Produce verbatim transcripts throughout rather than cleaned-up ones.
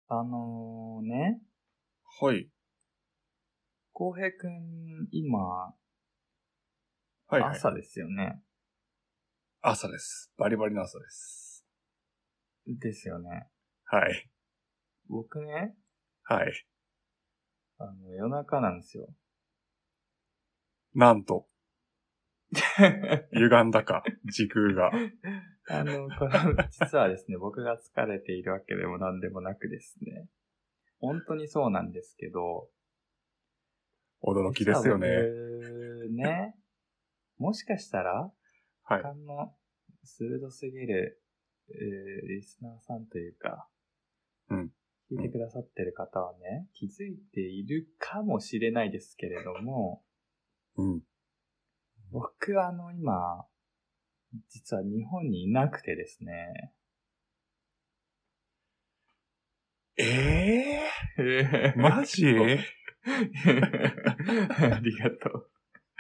あのー、ね。 はい。 浩平くん、今、 はいはい。 朝ですよね。 朝です。バリバリの朝です。 ですよね。 はい。 僕ね。 はい。 あの、夜中なんですよ。 なんと。歪んだか、時空が。 あの、これ、実はですね、僕が疲れているわけでもなんでもなくですね。本当にそうなんですけど。 驚きですよね。 僕ね、もしかしたら、 はい。 感の鋭すぎる、えー、リスナーさんというか、 うん。 聞いてくださってる方はね、気づいているかもしれないですけれども、 うん。 僕はあの今、実は日本にいなくてですね。 ええー、マジありがと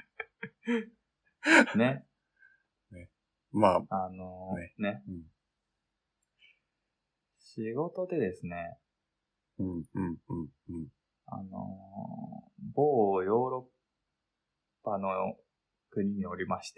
う。ね。 ね。まあ、あのー、ね。ね、 うん。 仕事でですね。 うん、うん、うん、うん。 あのー、某ヨーロッパの国におりまして。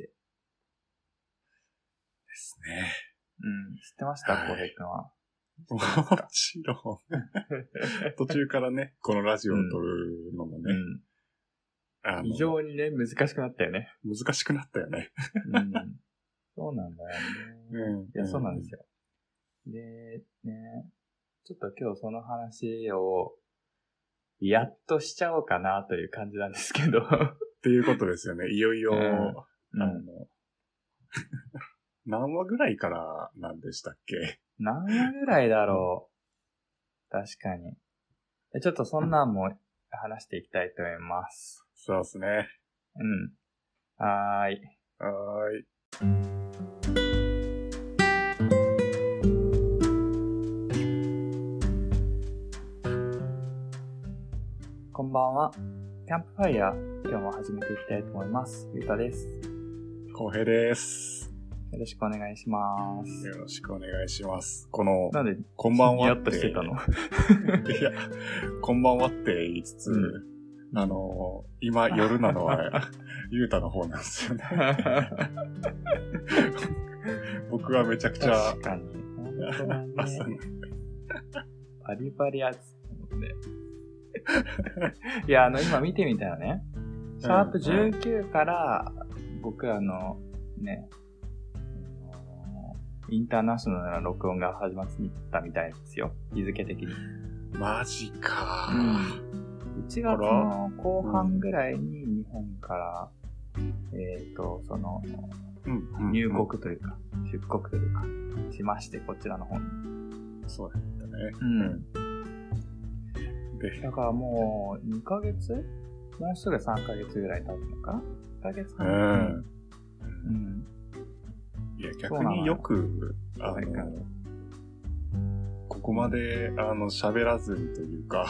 ですね。 うん。知ってました、浩平くんは。 もちろん。途中からね、このラジオを撮るのもね。うん。 あの非常にね、難しくなったよね。 難しくなったよね。 うん。そうなんだよね。うん。いや、そうなんですよ。で、ね、ちょっと今日その話を、やっとしちゃおうかなという感じなんですけど。 っていうことですよね。いよいよ、うん、あの、うん、何話ぐらいからなんでしたっけ？ 何話ぐらいだろう。確かに。ちょっとそんなんも話していきたいと思います。 そうですね。 うん。はーい。 はーい。 こんばんは。キャンプファイヤー、今日も始めていきたいと思います。ゆうたです。 こうへいです。 よろしくお願いします。 よろしくお願いします。この、 なんで、 こんばんはって。 やっとしてたのいや、こんばんはって言いつつ、うん、あの、今夜なのは、ゆうたの方なんですよね。僕はめちゃくちゃ、 確かに。本当だね。朝のバリバリ暑いので。いや、あの、今見てみたらね、シャープじゅうきゅうから僕あの、ね、インターナショナルな録音が始まったみたいですよ。日付的に。 マジか、 うん、いちがつの後半ぐらいに日本から、うん、えっと、その、うん、入国というか、うん、出国というか、しまして、こちらの方に。 そうだったね。 うん。だからもう、にかげつもうすぐさんかげつぐらい経つのかな ?に ヶ月半。うん。うん。 いや、逆によく、あの、ここまで、あの、喋らずにというか。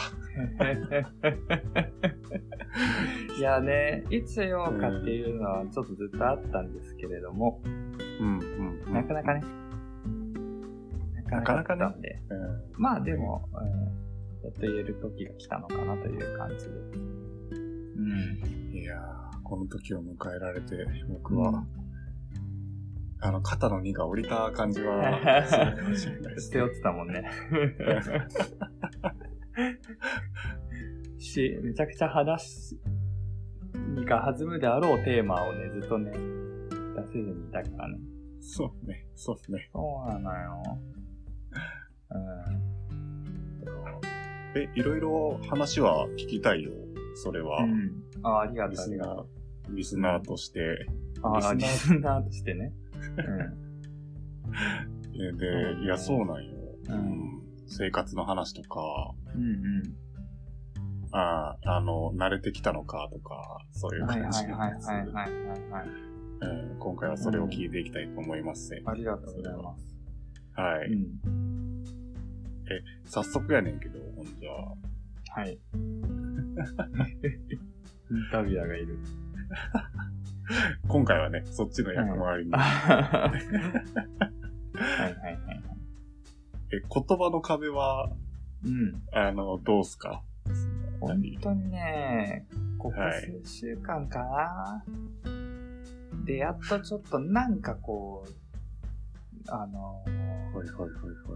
いやね、いつ言おうかっていうのはちょっとずっとあったんですけれども、 うん、うん、うん。 なかなかね、なかなかなんで、うん、まあでも、うんやっと言える時が来たのかなという感じで。うん。 いやー、この時を迎えられて、僕は、うん、あの、肩の荷が降りた感じは、するかもしれないです、ね。 背負ってたもんね。し、めちゃくちゃ話が弾むであろうテーマをね、ずっとね、出せずにいたからね。 そうね、そうね。 そうなのよ。うん。 え、いろいろ話は聞きたいよ。それは。 うん。あ、ありがとう。 リスナー、リスナーとして。 あ、リスナーとしてね。 うん。で、いや、そうなんよ。うん。生活の話とか。 うんうん。 ああ、あの、慣れてきたのかとか、そういう感じなんです。 はいはいはいはいはい。 うん。今回はそれを聞いていきたいと思います、 ね。ありがとうございます。 はい。うん、え、早速やねんけど、ほんじゃ。 はい。インタビュアーがいる。 今回はね、そっちの役回りに。 はいはいはいはい。 え、言葉の壁はうん。 あの、どうすか？ 本当にね、ここ数週間かな、はい、で、やっとちょっとなんかこう、あのー、 はいはいはいはい。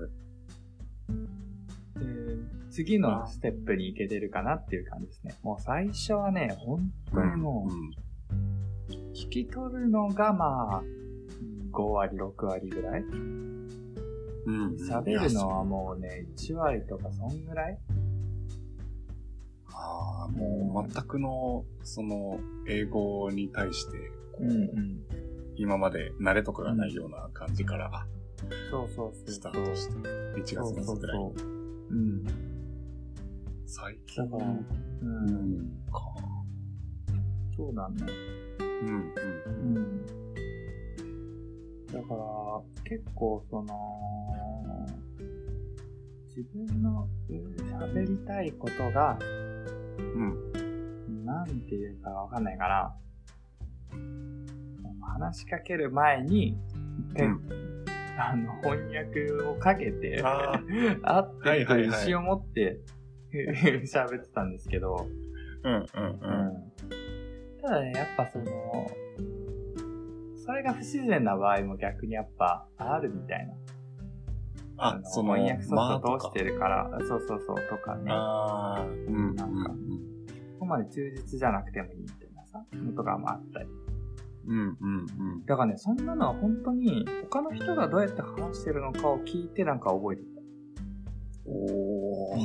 で、次のステップに行けてるかなっていう感じですね。もう最初はね、本当にもう、うんうん、聞き取るのがまあ、ごわり、ろくわりぐらい。うん。喋るのはもうね、いちわりとかそんぐらい。 ああ、もう全くの、その、英語に対して、うんうん、今まで慣れとかがないような感じから、 そうそうそう。 スタートして、いちがつ末ぐらいに。そうそうそう。うん。最近だから、うん。うん、か。そうだね。うん、うん。うん。だから、結構その、自分の喋りたいことが、うん。なんていうかわかんないかな。話しかける前に、うん、あの、翻訳をかけて、あってっていう意思を持って喋ってたんですけど、うんうんうん。ただね、やっぱその、それが不自然な場合も逆にやっぱあるみたいな。あ、あのその翻訳ソフト通してるから、まあ、そうそうそうとかね。ああ、うん。なんか、うん、ここまで忠実じゃなくてもいいみたいなさ、のとかもあったり。うんうんうん。だからね、そんなのは本当に他の人がどうやって話してるのかを聞いてなんか覚えてた。おー、うん。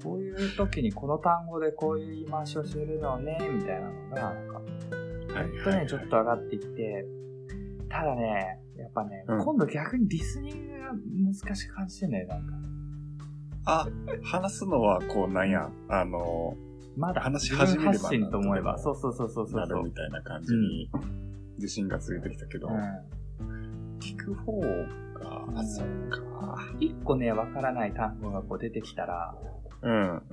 こういう時にこの単語でこういう言い回しをするのね、みたいなのが、なんか、本当ね、ちょっと上がってきて、ただね、やっぱね、うん、今度逆にリスニングが難しく感じてんだよ、なんか。 あ、話すのはこうなんや、あの、 まだ話し始めればなと思えば、そうそうそうそうそう。 なるみたいな感じに、自信がついてきたけど、うん、聞く方が、うん、そっか。 一個ね、わからない単語がこう出てきたら、うん、うん。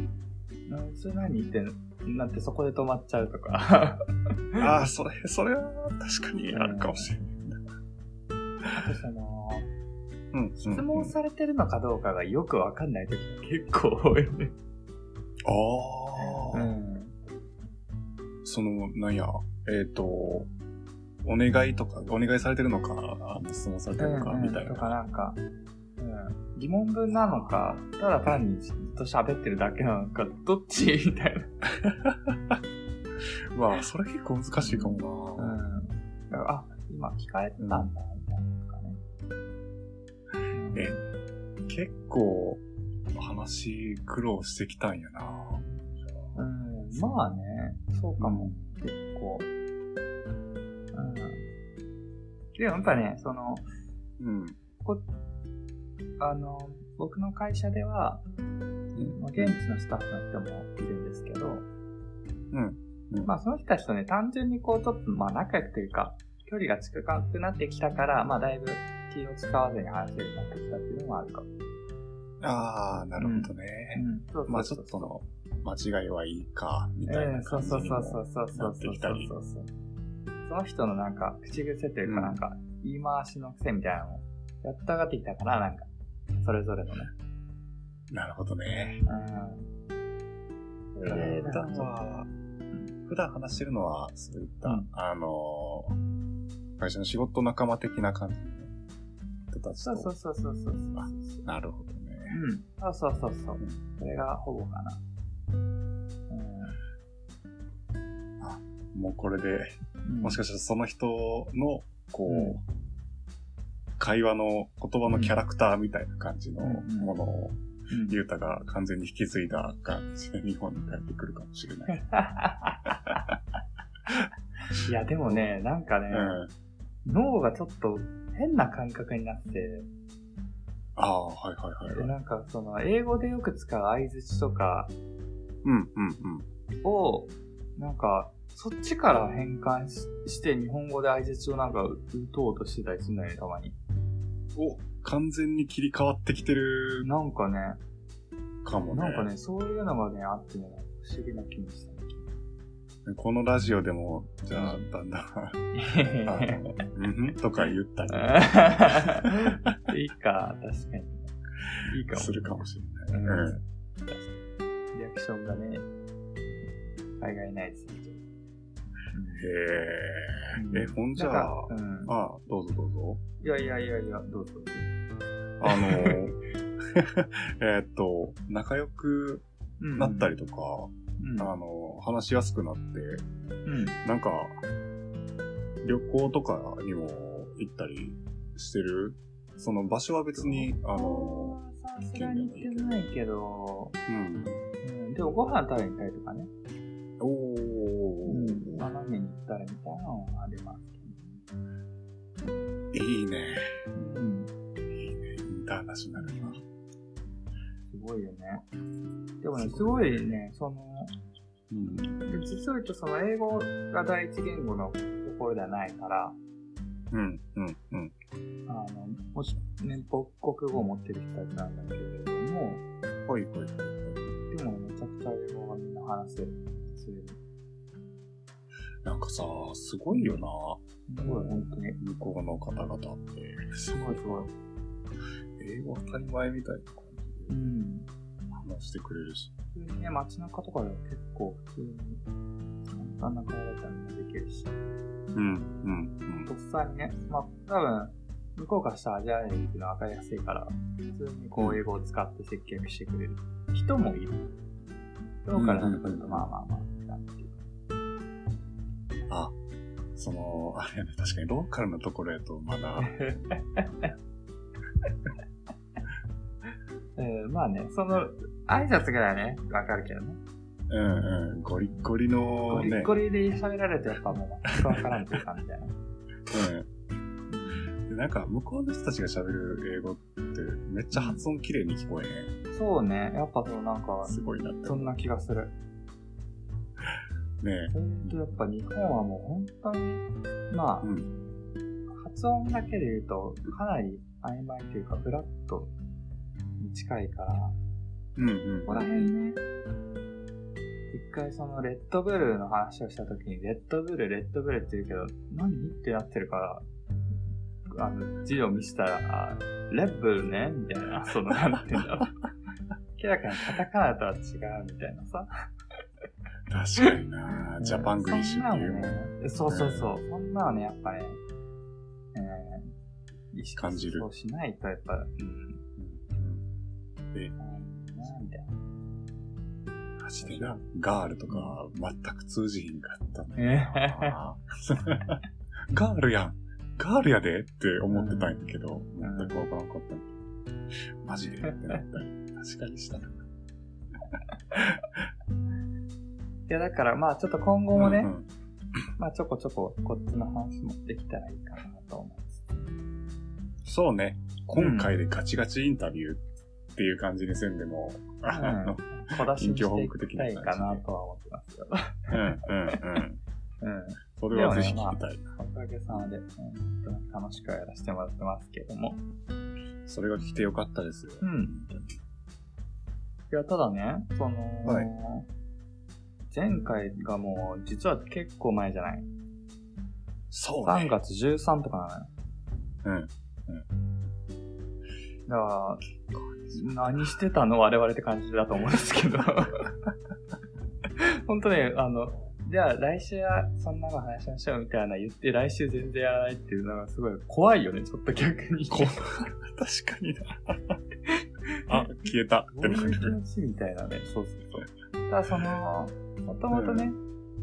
それ何言ってんなってそこで止まっちゃうとか。 ああ、それ、それは確かにあるかもしれない。 うん、あとその、うん、質問されてるのかどうかがよくわかんないとき結構多いね。 ああ、うん。その、なんや、えっと、お願いとか、お願いされてるのか、あの質問されてるのか、みたいな。 とかなんか、うん、疑問文なのか、ただ単にずっと喋ってるだけなのか、どっちみたいな。 まあ、それ結構難しいかもな。うん。 だから、あ、今聞かれてたんだ、みたいなとかね。 え、結構、話苦労してきたんやな。 うん、まあね、そうかも、うん、結構。うん。でもやっぱね、その、うん。こあの、僕の会社では、うん、現地のスタッフの人もいるんですけど、うん。うん、まあその人たちとね、単純にこうちょっと、まあ仲良くというか、距離が近くなってきたから、まあだいぶ気を使わずに話せるようになってきたっていうのもあるかも。 ああ、なるほどね。うんうん、そうそうそうそう、まあちょっとの間違いはいいか、みたいな感じにもなってきたり。 その人のなんか、口癖というかなんか、言い回しの癖みたいなのも、やっと上がってきたかな、なんか、それぞれのね。 なるほどね。うん。えー、普段は、普段話してるのは、そういった、うん、あのー、会社の仕事仲間的な感じの人たちと。 そうそうそうそうそう。 あ、なるほどね。 うん。そうそうそうそう。それがほぼかな。うん、 あ、もうこれで、うん、もしかしたらその人の、こう、うん、会話の言葉のキャラクターみたいな感じのものを、うん、ゆうたが完全に引き継いだ感じで日本に帰ってくるかもしれない。 いや、でもね、なんかね、うん、脳がちょっと変な感覚になって、 ああ、はいはいはい、はい。 なんかその、英語でよく使う相槌とか、 うんうんうん。 を、なんか、そっちから変換 し, して日本語で相槌をなんか打とうとしてたりするんだよね、たまに。 お、完全に切り替わってきてる。 なんかね。 かもね。 なんかね、そういうのがね、あってね、不思議な気にした。 このラジオでも、じゃあ、だんだん、うんふんとか言ったり。 いいか、確かに。 いいかも。 するかもしれない。うん。うん、 リアクションがね、海外ないですね。 へえ。え、ほんじゃあ、うん、ああ、どうぞどうぞ。 いやいやいやいや、どうぞどうぞ。 あの、えっと、仲良くなったりとか、うん、あの、話しやすくなって、うん、なんか、旅行とかにも行ったりしてる？その場所は別に、あの、 さすがに行ってないけど、うん。うん、でもご飯食べに行ったりとかね。おー。うん。飲みに行ったりみたいなのはありますけど、ね。いいね。うん。いいね。インターナショナルな。すごいよね。でもね、すごいね、その、うん。で実を言うとその英語が第一言語のところではないから、 うん、うん、うん。 あの、もし、ね、母国語を持ってる人たちなんだけれども、 はいはいはい。 でもめちゃくちゃ英語がみんな話せる。 なんかさ、すごいよな。 すごい、本当に。 向こうの方々って。 すごいすごい。 英語当たり前みたいな感じで、うん、話してくれるし。 普通にね、街中とかでは結構普通に、簡単な会話だったらみんなできるし。うん、うん、うん。とっさにね、まあ、多分、向こうからしたらアジア人っていうのは分かりやすいから、普通にこう英語を使って接客してくれる人もいる。向こうからすると、まあまあまあ、って感じ。 あ、その、あれね、確かにローカルなところやとまだ。 うん、まあね、その、挨拶ぐらいね、わかるけどね。 うんうん、ゴリッゴリのね。 ゴリッゴリで喋られてやっぱもう全くわからんっていう感じだよね。 うん。で、なんか、向こうの人たちが喋る英語ってめっちゃ発音綺麗に聞こえへん。 そうね、やっぱそうなんか、 すごいなって。 そんな気がする。 ねえ。 それとやっぱ日本はもう本当に、まあ、うん、発音だけで言うとかなり曖昧というかフラットに近いから、うんうん、ここら辺ね、一回そのレッドブルの話をしたときに、レッドブル、レッドブルって言うけど、何ってなってるから、あの、字を見せたら、あ、レッブルねみたいな、その、なんていうんだろう。明らかにカタカナとは違うみたいなさ。 確かにな、ジャパングリッシュっていうもんね。そうそうそう。そんなのね、やっぱね、えー、意識感じる。 そうしないと、やっぱ、うん。 うん。で、なんだよ。マジでな、ガールとか全く通じひんかったね。ガールやんガールやでって思ってたんやけど、うん、全くわからんかったんやけど。マジでってなったり、確かにしたな。 いや、だからまあちょっと今後もね、うんうん、まあちょこちょここっちの話もできたらいいかなと思います。 そうね。今回でガチガチインタビューっていう感じにせんでも、うん、あの、 小出しにしていきたいかなとは思ってますよ。 うんうんうん。うん。それはぜひ聞きたいな。 まあ、おかげさまで、うん、楽しくやらせてもらってますけども。 それが聞いてよかったですよ。 うん。いや、ただね、その、はい、前回がもう、実は結構前じゃない。 そうね。 さんがつじゅうさんとかなのよ。うん。うん。だから、何してたの我々って感じだと思うんですけど。本当ね、あの、じゃあ来週はそんなの話しましょうみたいな言って来週全然やらないっていうのがすごい怖いよね、ちょっと逆に。 確かにな。あ、消えたってなる。 話みたいなね、そうそうそう。ただその、もともとね、うん、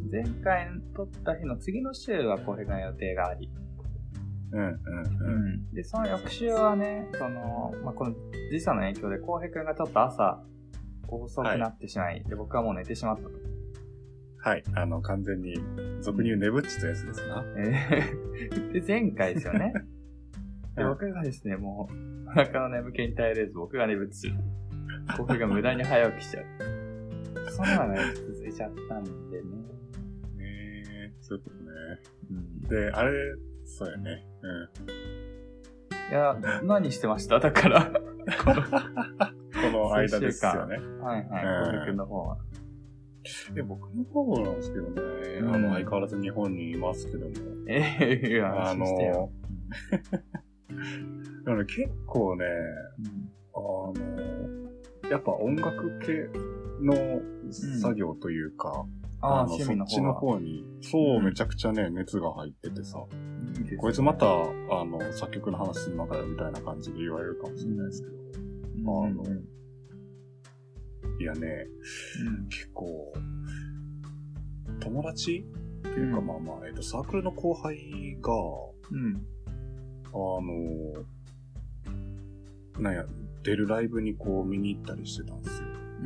前回撮った日の次の週はこれが予定があり。 うんうんうん。 うん、で、その翌週はね、その、まあ、この時差の影響で浩平くんがちょっと朝遅くなってしまい、はい、で、僕はもう寝てしまったと。 はい。あの、完全に、俗に言う寝ぶっちとやつですな。 えー、で、前回ですよね。で、僕がですね、もう、お腹の眠気に耐えれず、僕が寝ぶっち。僕が無駄に早起きしちゃう。そんなのが続いちゃったんでね。 ねえ、そういうことね。うん、で、あれ、そうやね。うん。 いや、何してましただから。この、 この間ですよね。 はいはい。浩平くんの方は。 え、僕の方なんですけどね、うん、あの、相変わらず日本にいますけども。 ええー、いや、 あの、だから結構ね、 あの、やっぱ音楽系の作業というか、うん、あの、そっちの方に、そう、うん、めちゃくちゃね、熱が入っててさ、いいですね、こいつまた、あの、作曲の話するのかよ、みたいな感じで言われるかもしれないですけど、うん、あの、うん、いやね、うん、結構、友達っていうか、うん、まあまあ、えっと、サークルの後輩が、うん、あの、なんや、出るライブにこう見に行ったりしてたんですよ。うん、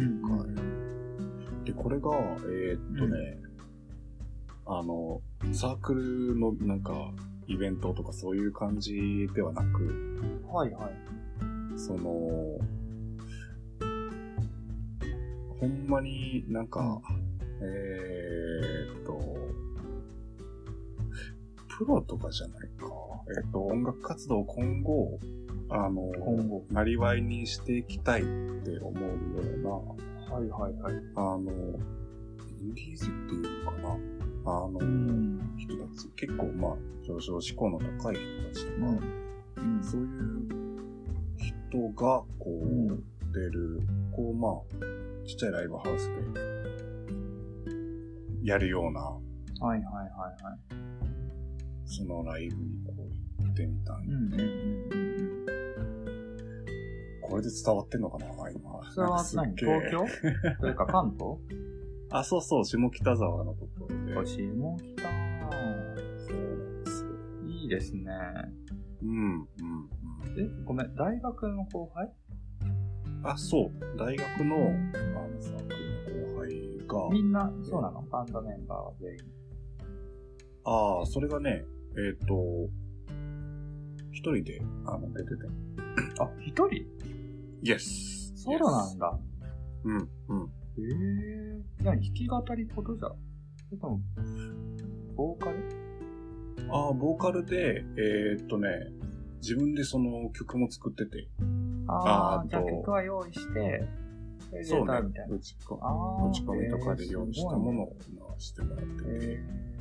で、これが、えー、っとね、うん、あの、サークルのなんか、イベントとかそういう感じではなく、はいはい。その、ほんまになんか、うん、えー、っと、プロとかじゃないか。えー、っと、音楽活動を今後、あの、今後、なりわいにしていきたいって思うような、はいはいはい。あの、インディーズっていうのかな、あの、うん、人たち、結構まあ、上昇志向の高い人たちとか、うんうん、そういう人が、こう、うん、出る、こうまあ、ちっちゃいライブハウスで、やるような、はいはいはいはい。そのライブにこう行ってみたいんで、うんうんうん、これで伝わってんのかな今。 それは何？東京というか関東あ、そうそう、下北沢のところで。 下北。そうなんですよ。いいですね。うん、うん、うん。え、ごめん、大学の後輩？ あ、そう。大学の、あの、サークルの後輩が。 みんな、そうなの？バンドメンバーは全員。 ああ、それがね、えっと、一人で、あの、出てて。 あ、一人？ Yes。 そうなんだ。 うん、うん。 ええー。何？弾き語りってことじゃん。それとも、ボーカル？ ああ、ボーカルで、えー、っとね、自分でその曲も作ってて。 ああ、じゃあ曲は用意して、 そうね、打ち込みとかで用意したものをしてもらってて。え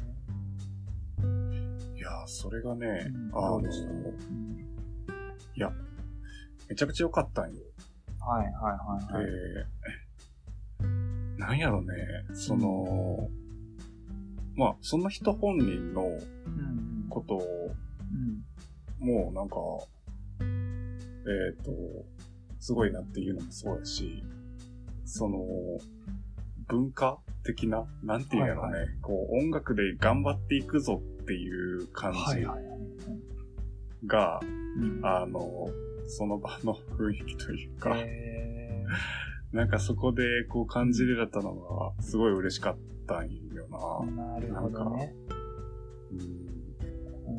ー、いやー、それがね、うん、あの、うん、いや、めちゃくちゃ良かったんよ。はいはいはい、はい。で、なんやろね、その、うん、まあ、その人本人のことを、うん、もうなんか、えっと、すごいなっていうのもそうやし、その、文化的な、なんていうんやろね、はいはい、こう、音楽で頑張っていくぞっていう感じが、あの、その場の雰囲気というか、なんかそこでこう感じれたのが、すごい嬉しかったんよな。なるほどね。うん。うん、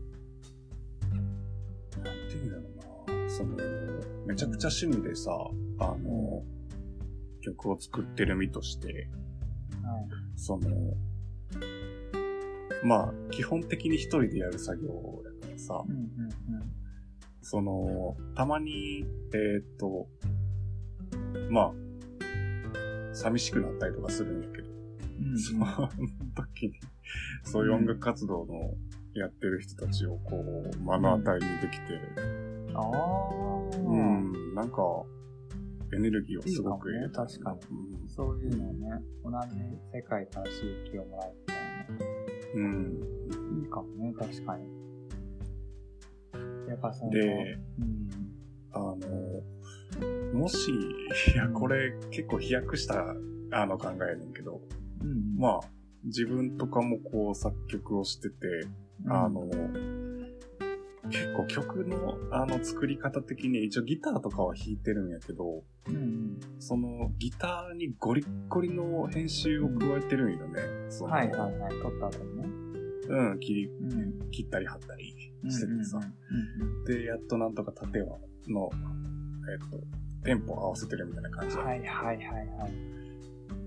なんていうんやろな。その、めちゃくちゃ趣味でさ、あの、曲を作ってる身として、はい、その、まあ、基本的に一人でやる作業やからさ、うんうんうん、その、たまに、えー、っと、まあ、寂しくなったりとかするんやけど、うんうん、その時に、そういう音楽活動のやってる人たちをこう、目の当たりにできて、うん、あー、うん、なんか、エネルギーをすごく入れた。いいかもね、確かに、うん。そういうのね、同じ世界から刺激をもらえたらね。うん。いいかもね、確かに。やっぱその、で、うん、あの、もし、いや、これ結構飛躍したあの考えやねんけど、うん、まあ、自分とかもこう作曲をしてて、うん、あの、結構曲のあの作り方的に一応ギターとかは弾いてるんやけど、うん、そのギターにゴリッゴリの編集を加えてるんよね。うん、そのはいはいはい、撮った後にね。うん、切り、うん、切ったり貼ったりしててさ。うんうんうん、で、やっとなんとか縦はの、えっと、テンポ合わせてるみたいな感じだ。はいはいはいはい。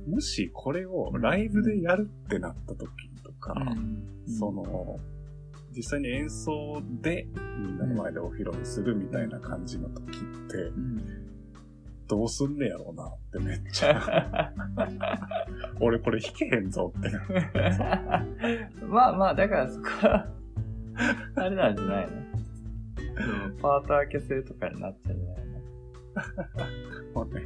もしこれをライブでやるってなった時とか、うんうん、その、実際に演奏でみんなの前でお披露目するみたいな感じの時って、うん、どうすんねやろうなってめっちゃ俺これ弾けへんぞってまあまあだからそこはあれなんじゃないのパート分けするとかになっちゃうんじゃないのもうね。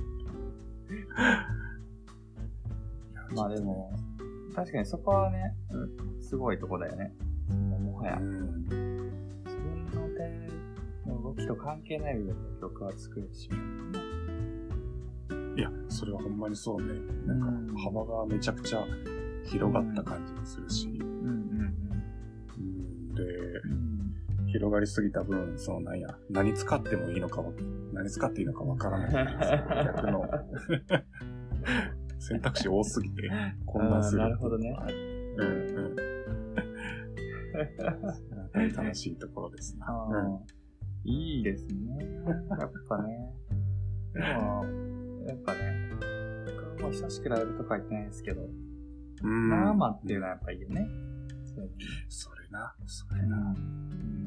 まあでも、確かにそこはね、うん、すごいとこだよね。もはや。うん、自分の手の動きと関係ない部分で曲は作れてしまう。いや、それはほんまにそうね。なんか幅がめちゃくちゃ広がった感じがするし。うんうんうん、で、うん、広がりすぎた分、そのなんや、何使ってもいいのかは、何使っていいのかわからない。逆の選択肢多すぎて混乱する。 なるほどね。 うんうん。楽しいところですな。 うん、いいですね。やっぱね。でも、やっぱね、僕も久しくライブとか行ってないですけど、生っていうのはやっぱいいよね。 それな、それな。うん、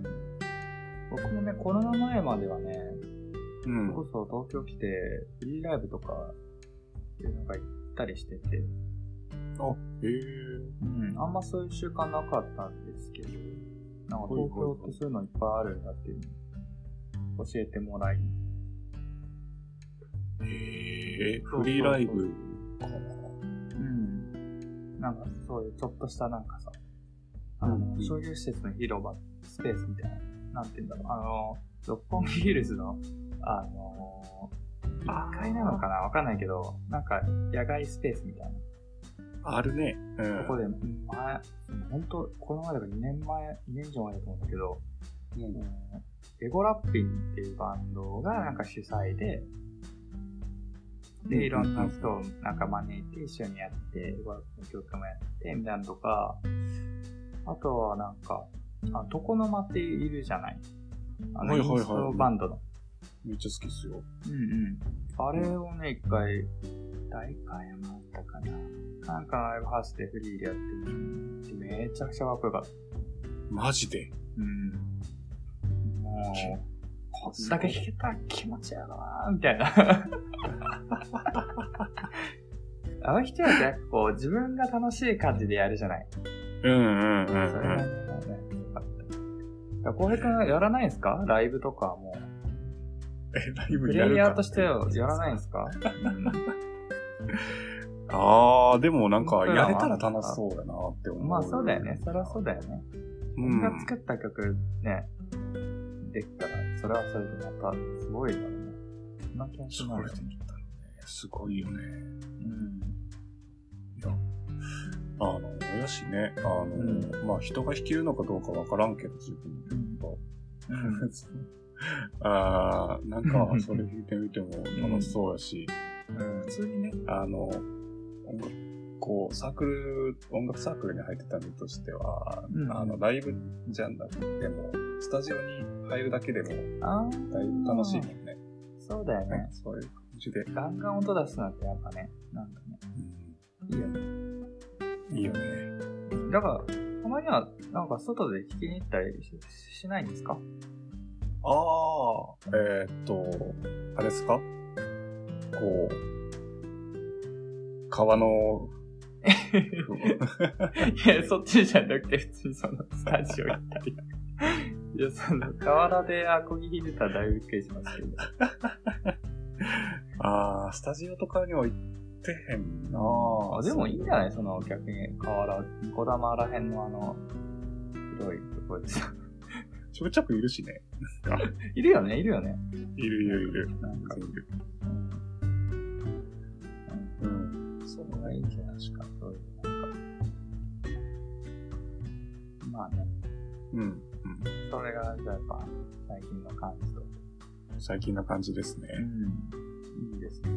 僕もね、コロナ前まではね、 うん、 それこそ東京来て、フリーライブとか、なんか行ったりしてて。 あ、へぇー。うん、あんまそういう習慣なかったんですけど、なんか東京ってそういうのいっぱいあるんだっていうのを教えてもらい。 へぇー、フリーライブか。 うん。なんかそういうちょっとしたなんかさ、あの、うん、商業施設の広場、スペースみたいな、なんて言うんだろう、あの、六本木ヒルズの、あの、いっかいなのかなわかんないけど、なんか野外スペースみたいな。 あるね。 うん。ここで、前、ほんと、この前だからにねんまえ、にねん以上前だと思うんだけど、うん、エゴラッピンっていうバンドがなんか主催で、で、いろんな人をなんか招いて一緒にやって、エゴラッピンの曲もやって、みたいなのとか、あとはなんか、あ、床の間っているじゃない。あの、インストバンドの。 めっちゃ好きっすよ。 うんうん。あれをね、一回、大会山だったかな。なんかのライブハウスでフリーでやってみて、めちゃくちゃかっこよかった。 マジで？ うん。もう、こんだけ弾けたら気持ちやろなーみたいな。あの人は結構自分が楽しい感じでやるじゃない。 うんうんうん、うん。それがね、よかった。浩平くんやらないんですか？ライブとかもう。 え、ライブやるか？ プレイヤーとしてはやらないんですか？うん、 あー、でもなんかやれたら楽しそうだなって思う。 まあそうだよね。そりゃそうだよね。うん。僕が作った曲ね、できたら、それはそれでまたすごいだろうね。そんな気がする。 それで見たのね。すごいよね。うん。いや、あの、やしね、あの、うん、まあ人が弾けるのかどうかわからんけど、自分と。うん、あー、なんかそれ弾いてみても楽しそうやし、うん、普通にね、あの、音楽、こう、サークル、音楽サークルに入ってた身としては、うん、あの、ライブじゃなくても、スタジオに入るだけでも、だいぶ楽しいもんね。 そうだよね。 そういう感じで。 ガンガン音出すなんてやっぱね、なんかね、うん、いいよね。 いいよね。 だから、たまには、なんか外で弾きに行ったり し, しないんですか？ ああ、えー、っと、あれですか？こう、川の、 いや、そっちじゃなくて、普通にそのスタジオ行ったり。いや、その、河原でアコギ弾いてたらだいぶびっくりしますけど。 ああ、スタジオとかには行ってへんなあ。でもいいんじゃない？その、逆に河原、小玉らへんのあの、広いところですよ。 ちょくちょくいるしね。 いるよね、いるよね。 いるいるいる。 なんかいる。うん。それがいいんじゃないですか。そういうなんか。まあね。 うん。うん。 それが、じゃあやっぱ、最近の感じと。 最近の感じですね。 うん。いいですね。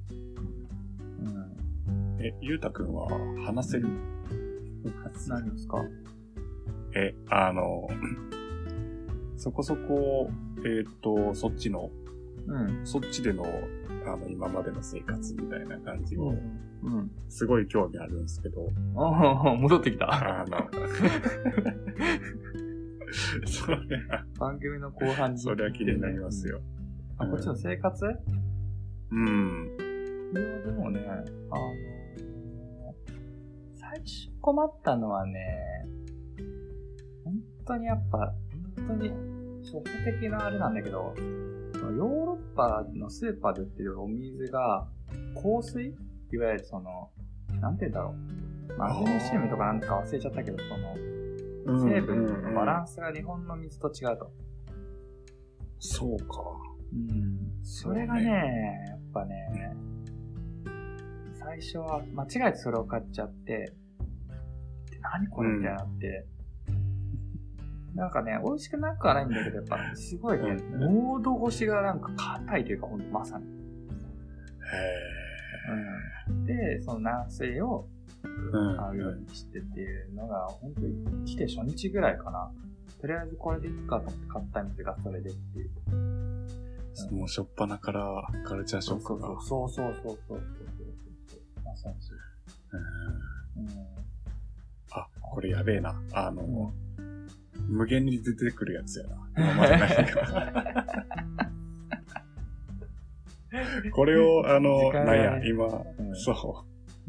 うん。え、ゆうたくんは話せる？ 何ですか？ え、あの、そこそこ、えっと、そっちの、うん、そっちでの、あの、今までの生活みたいな感じを、うん、すごい興味あるんですけど。 ああ、戻ってきた。 あの、それは、 番組の後半に、 それは気になりますよ。 あ、こっちの生活？ うん。 いや、でもね、あの、最初困ったのはね、本当にやっぱ、本当に、初歩的なあれなんだけど、 そのヨーロッパのスーパーで売ってるお水が、香水いわゆるその、なんて言うんだろう。マグネシウムとかなんか忘れちゃったけど、その、成分のバランスが日本の水と違うと。 そうか。 うん。それがね、ねやっぱね、最初は間違えてそれを買っちゃって、何これみたいになって、うん、なんかね、美味しくなくはないんだけど、やっぱすごいね、濃度越しがなんか硬いというか、ほんとまさに。へー。うん。で、その軟水を買うようにしてっていうのが、本当に来て初日ぐらいかな。とりあえずこれでいいかと思って買った水がそれでっていう。 もう初っ端からカルチャーショックが。 そうそうそうそうそうそうそう。まさにそう。うん。 あ、これやべえな。あの、うん、無限に出てくるやつやな。今までないか。これを、あの、ね、なんや、今、うん、そう、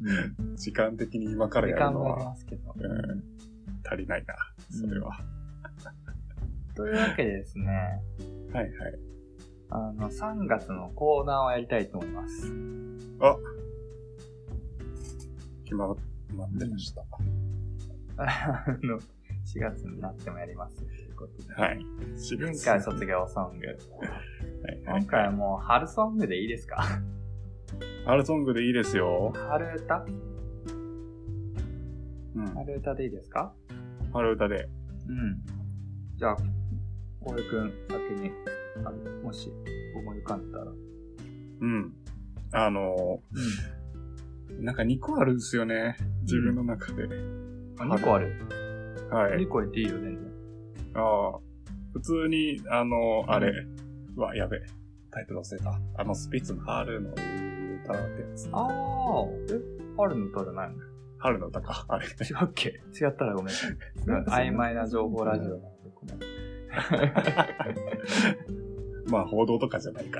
うん。時間的に今からやるのは、 時間がありますけど、 うん、足りないな、それは。 うん、というわけでですね。 はいはい。 あの、さんがつのコーナーをやりたいと思います。 あ、決まってました。 あの、しがつになってもやりますということで。 はい。 前回卒業ソング。はいはいはい、今回はもう春ソングでいいですか？ 春ソングでいいですよ。 春歌？ うん。 春歌でいいですか？ 春歌で。 うん。じゃあ、浩平くん先に、あのもし思い浮かんだら。 うん。あの、うん、なんかにこあるんですよね。自分の中で。うん、 あ、にこある？ はい。 にこ言っていいよ、全然。 ああ。普通に、あの、あれ。うわ、やべえ。タイトル忘れた。あの、スピッツの春の歌ってやつ。 ああ。え、春の歌じゃないの？ 春の歌か。あれ。 違うっけ？違ったらごめん。曖昧な情報ラジオなんで、ごめん。 まあ、報道とかじゃないから。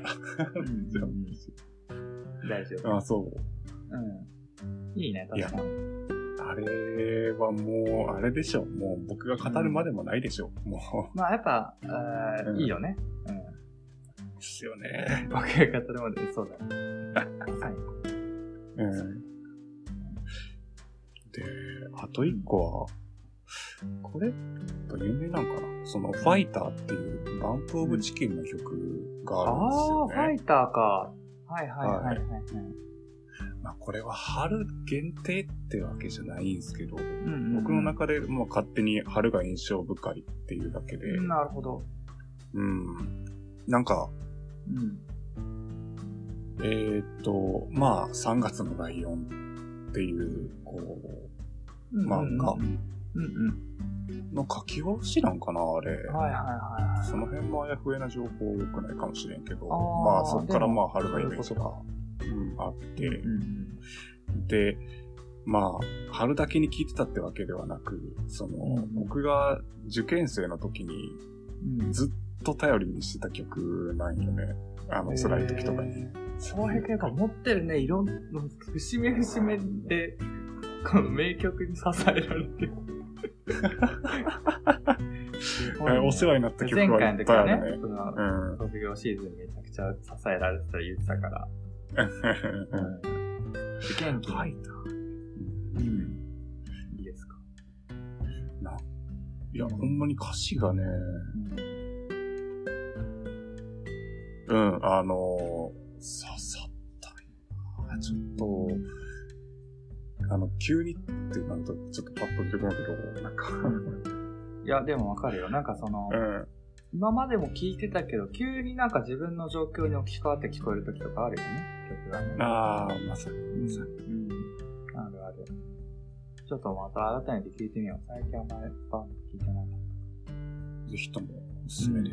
大丈夫。 あ、そう。 うん。いいね、確かに。 あれはもう、あれでしょ。もう僕が語るまでもないでしょ。うん、もう。まあ、やっぱ、うん、いいよね。うん。 ですよね。 僕が語るまで、そうだね。はい。 うん。で、あと一個は、これ、有名なんかな？その、ファイターっていう、バンプオブチキンの曲があるんですよね。 ああ、ファイターか。はいはいはいはい、はい。 まあ、これは春限定ってわけじゃないんですけど、 うんうんうん、 僕の中でもう勝手に春が印象深いっていうだけで。 うん、なるほど。 うん。なんか、 うん、 えー、っと、まあ、さんがつのライオンっていう、こう、漫画の書き下ろしなんかな、あれ。 はいはいはい。 その辺もあやふやな情報多くないかもしれんけど、あまあ、そっからまあ、春がイメージが、うん、あって、うん、で、まあ、春だけに聴いてたってわけではなく、その、うん、僕が受験生の時に、ずっと頼りにしてた曲なんよね。あの、辛い時とかに。 そういうやっぱ持ってるね、いろんな、節目節目で、この名曲に支えられてる。 お世話になった曲はいっぱいあるね。前回の時はね、 その、うん、卒業シーズンめちゃくちゃ支えられてた言ってたから。うん、受験期。 ファイター。 うん。いいですか。 な、いや、ほんまに歌詞がね、うん、うん、あの、刺さったな。ちょっと、あの、急にってなると、ちょっとパッと出てこないけど、なんか。 いや、でもわかるよ。なんかその、うん、今までも聞いてたけど、急になんか自分の状況に置き換わって聞こえる時とかあるよね、曲がね。 ああ、まさに。 まさに。うん。あるある。ちょっとまた改めて聞いてみよう。最近あんまりバンド聞いてなかった。 ぜひともおすすめです。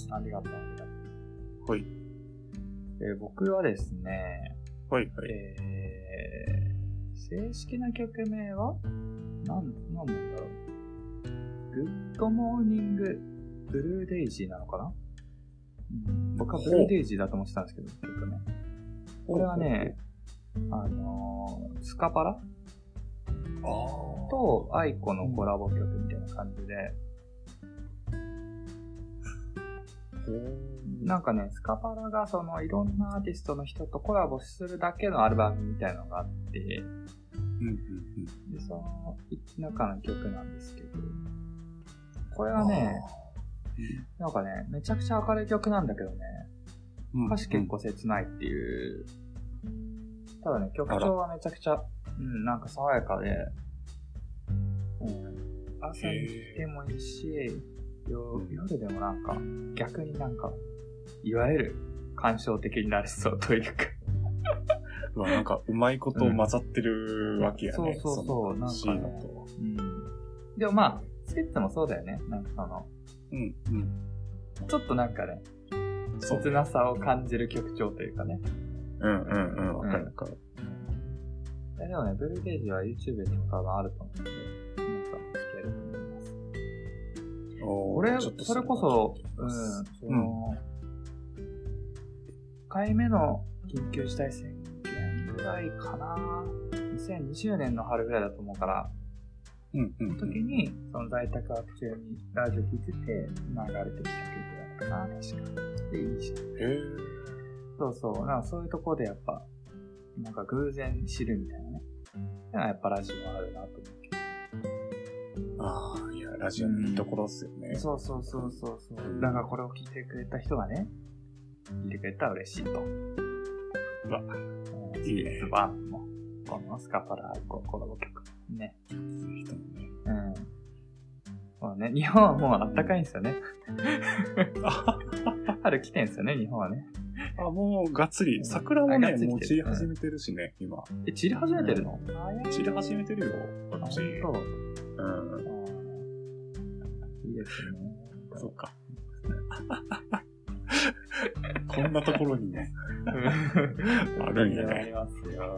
うん、ありがとう、ありがとう。 はい。 えー、僕はですね、 はいはい。 えー、正式な曲名はなん、なんなんだろう。グッドモーニングブルーデイジーなのかな、うん、僕はブルーデイジーだと思ってたんですけど、曲ね。これはね、あのー、スカパラとアイコのコラボ曲みたいな感じで、 なんかね、スカパラがそのいろんなアーティストの人とコラボするだけのアルバムみたいなのがあって、 うんうんうん、 でその中の曲なんですけど、これはね、なんかね、めちゃくちゃ明るい曲なんだけどね、歌詞結構切ないっていう、ただね、曲調はめちゃくちゃ、うん、なんか爽やかで、うん、朝に聴てもいいし、夜でもなんか、逆になんか、いわゆる感傷的になりそうというかうわ、なんかうまいこと混ざってるわけやね。 うん、そうそうそう、なんか、ね、 とうん。でもまあ、スピッツもそうだよね。なんかその、 うんうん、 ちょっとなんかね、切なさを感じる曲調というかね。 うんうんうん、わかるわかる。 でもね、ブルーゲージは YouTube にも多分あると思うんで、なんか聴けると思います。俺、それこそ、うん、その、うん、いっかいめの緊急事態宣言ぐらいかな。にせんにじゅうねんの春ぐらいだと思うから、 うんうん、うん。 その時に、その在宅ワーク中にラジオ聴いてて、流れてきた曲だったかな、確か。で、いいじゃん。へー。そうそう。なんかそういうところでやっぱ、なんか偶然知るみたいなね。やっぱラジオはあるなと思うけど。 ああ、いや、ラジオのいいところっすよね。 うん、そうそうそうそうそう。だからこれを聞いてくれた人がね、聞いてくれたら嬉しいと。 うわ、うん、いいね。 スバンも、このスカパラコラボ曲。ね。 そういう人もね。 うん。そうね。日本はもうあったかいんですよね。春来てんすよね、日本はね。 あ、もうがっつり。桜もね、もう散り始めてるしね、今。 え、散り始めてるの？ 散り始めてるよ、こっち。 そう。 うん。 いいですね。 そっか。こんなところにね、あるんやね。 ありますよ。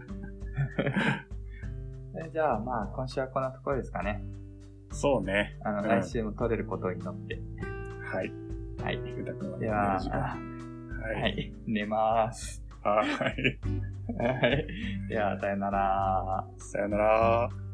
じゃあまあ今週はこんなところですかね。 そうね。 あの、うん、来週も撮れることを祈って。 はい。 はい。 では、はい、 はい。寝まーす。 はい。 はい。では、さよなら。 さよなら。